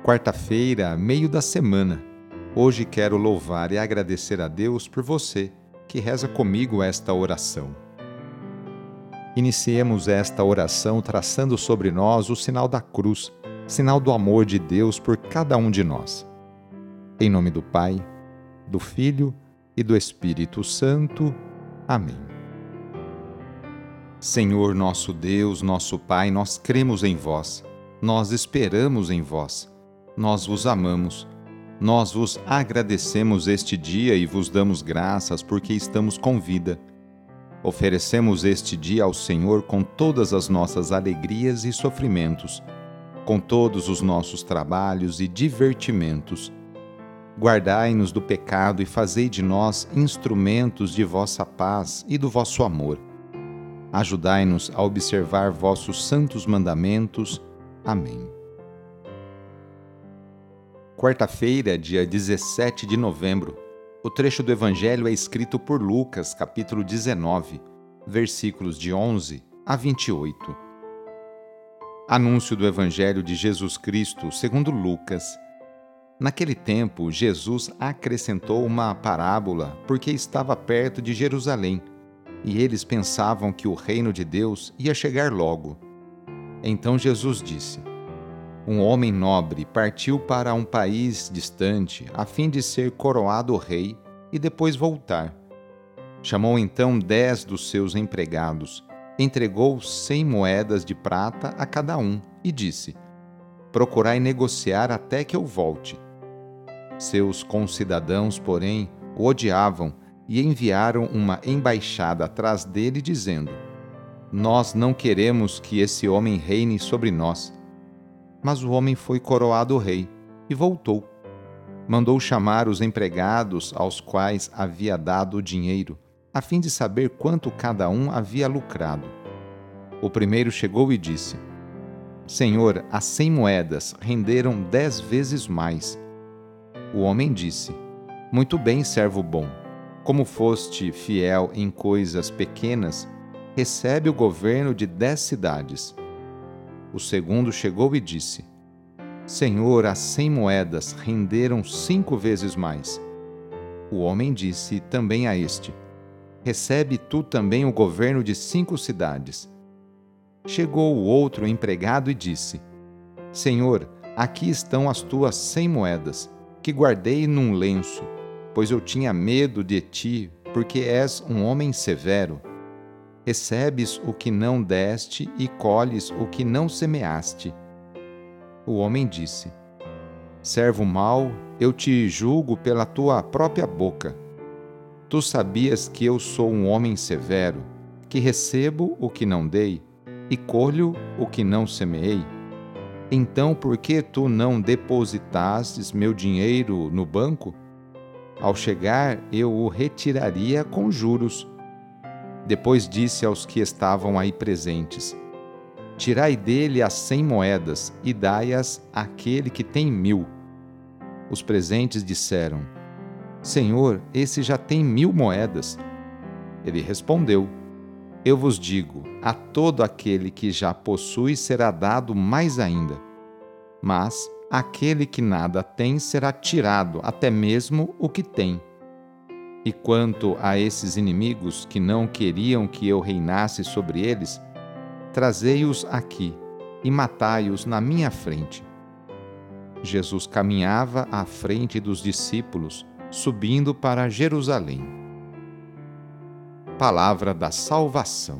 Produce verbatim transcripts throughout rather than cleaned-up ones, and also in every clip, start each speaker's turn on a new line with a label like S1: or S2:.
S1: Quarta-feira, meio da semana. Hoje quero louvar e agradecer a Deus por você que reza comigo esta oração. Iniciemos esta oração traçando sobre nós o sinal da cruz, sinal do amor de Deus por cada um de nós. Em nome do Pai, do Filho e do Espírito Santo. Amém. Senhor nosso Deus, nosso Pai, nós cremos em vós, nós esperamos em vós. Nós vos amamos, nós vos agradecemos este dia e vos damos graças porque estamos com vida. Oferecemos este dia ao Senhor com todas as nossas alegrias e sofrimentos, com todos os nossos trabalhos e divertimentos. Guardai-nos do pecado e fazei de nós instrumentos de vossa paz e do vosso amor. Ajudai-nos a observar vossos santos mandamentos. Amém. Quarta-feira, dia dezessete de novembro. O trecho do Evangelho é escrito por Lucas, capítulo dezenove, versículos de onze a vinte e oito. Anúncio do Evangelho de Jesus Cristo segundo Lucas. Naquele tempo, Jesus acrescentou uma parábola porque estava perto de Jerusalém, e eles pensavam que o reino de Deus ia chegar logo. Então Jesus disse: Um homem nobre partiu para um país distante a fim de ser coroado rei e depois voltar. Chamou então dez dos seus empregados, entregou cem moedas de prata a cada um e disse: Procurai negociar até que eu volte. Seus concidadãos, porém, o odiavam e enviaram uma embaixada atrás dele dizendo: Nós não queremos que esse homem reine sobre nós. Mas o homem foi coroado rei e voltou. Mandou chamar os empregados aos quais havia dado o dinheiro, a fim de saber quanto cada um havia lucrado. O primeiro chegou e disse: Senhor, as cem moedas renderam dez vezes mais. O homem disse: Muito bem, servo bom. Como foste fiel em coisas pequenas, recebe o governo de dez cidades. O segundo chegou e disse: Senhor, as cem moedas renderam cinco vezes mais. O homem disse também a este: Recebe tu também o governo de cinco cidades. Chegou o outro empregado e disse: Senhor, aqui estão as tuas cem moedas, que guardei num lenço, pois eu tinha medo de ti, porque és um homem severo. Recebes o que não deste e colhes o que não semeaste. O homem disse: Servo mau, eu te julgo pela tua própria boca. Tu sabias que eu sou um homem severo, que recebo o que não dei e colho o que não semeei. Então por que tu não depositastes meu dinheiro no banco? Ao chegar, eu o retiraria com juros. Depois disse aos que estavam aí presentes: Tirai dele as cem moedas e dai-as àquele que tem mil. Os presentes disseram: Senhor, esse já tem mil moedas. Ele respondeu: Eu vos digo, a todo aquele que já possui será dado mais ainda. Mas aquele que nada tem será tirado até mesmo o que tem. E quanto a esses inimigos que não queriam que eu reinasse sobre eles, trazei-os aqui e matai-os na minha frente. Jesus caminhava à frente dos discípulos, subindo para Jerusalém. Palavra da salvação.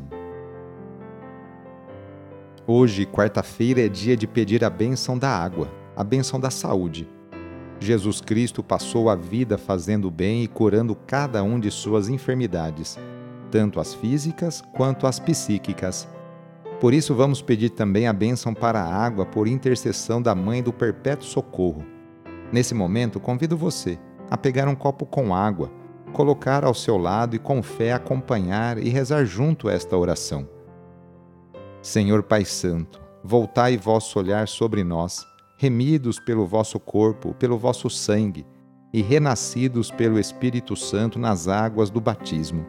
S1: Hoje, quarta-feira, é dia de pedir a bênção da água, a bênção da saúde. Jesus Cristo passou a vida fazendo bem e curando cada um de suas enfermidades, tanto as físicas quanto as psíquicas. Por isso vamos pedir também a bênção para a água por intercessão da Mãe do Perpétuo Socorro. Nesse momento, convido você a pegar um copo com água, colocar ao seu lado e com fé acompanhar e rezar junto esta oração. Senhor Pai Santo, voltai vosso olhar sobre nós, remidos pelo vosso corpo, pelo vosso sangue, e renascidos pelo Espírito Santo nas águas do batismo.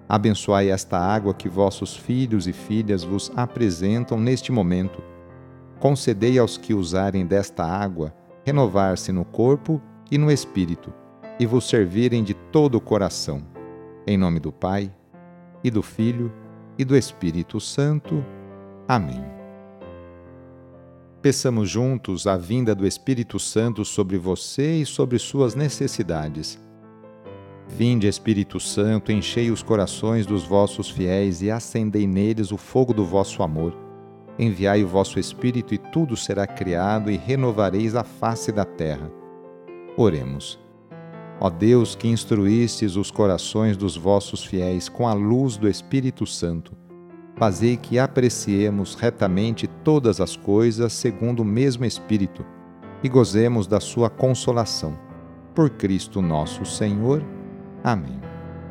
S1: Abençoai esta água que vossos filhos e filhas vos apresentam neste momento. concedei aos que usarem desta água renovar-se no corpo e no espírito, e vos servirem de todo o coração. Em nome do Pai, e do Filho, e do Espírito Santo. Amém. Peçamos juntos a vinda do Espírito Santo sobre você e sobre suas necessidades. Vinde, Espírito Santo, enchei os corações dos vossos fiéis e acendei neles o fogo do vosso amor. Enviai o vosso Espírito e tudo será criado e renovareis a face da terra. Oremos. Ó Deus, que instruístes os corações dos vossos fiéis com a luz do Espírito Santo, fazei que apreciemos retamente todas as coisas segundo o mesmo Espírito e gozemos da sua consolação. Por Cristo nosso Senhor. Amém.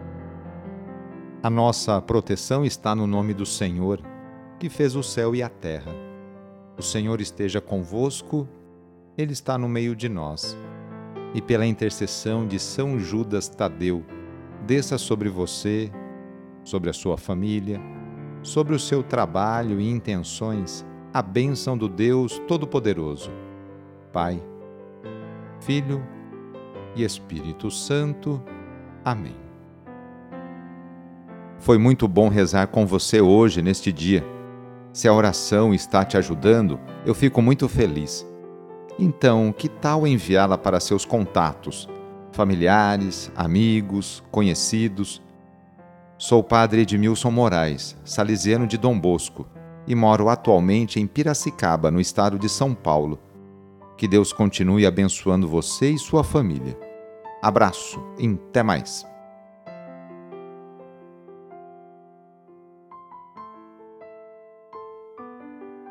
S1: A nossa proteção está no nome do Senhor, que fez o céu e a terra. O Senhor esteja convosco, Ele está no meio de nós. E pela intercessão de São Judas Tadeu, desça sobre você, sobre a sua família, sobre o seu trabalho e intenções, a bênção do Deus Todo-Poderoso, Pai, Filho e Espírito Santo. Amém. Foi muito bom rezar com você hoje, neste dia. Se a oração está te ajudando, eu fico muito feliz. Então, que tal enviá-la para seus contatos, familiares, amigos, conhecidos? Sou o padre Edmilson Moraes, salesiano de Dom Bosco, e moro atualmente em Piracicaba, no estado de São Paulo. Que Deus continue abençoando você e sua família. Abraço e até mais.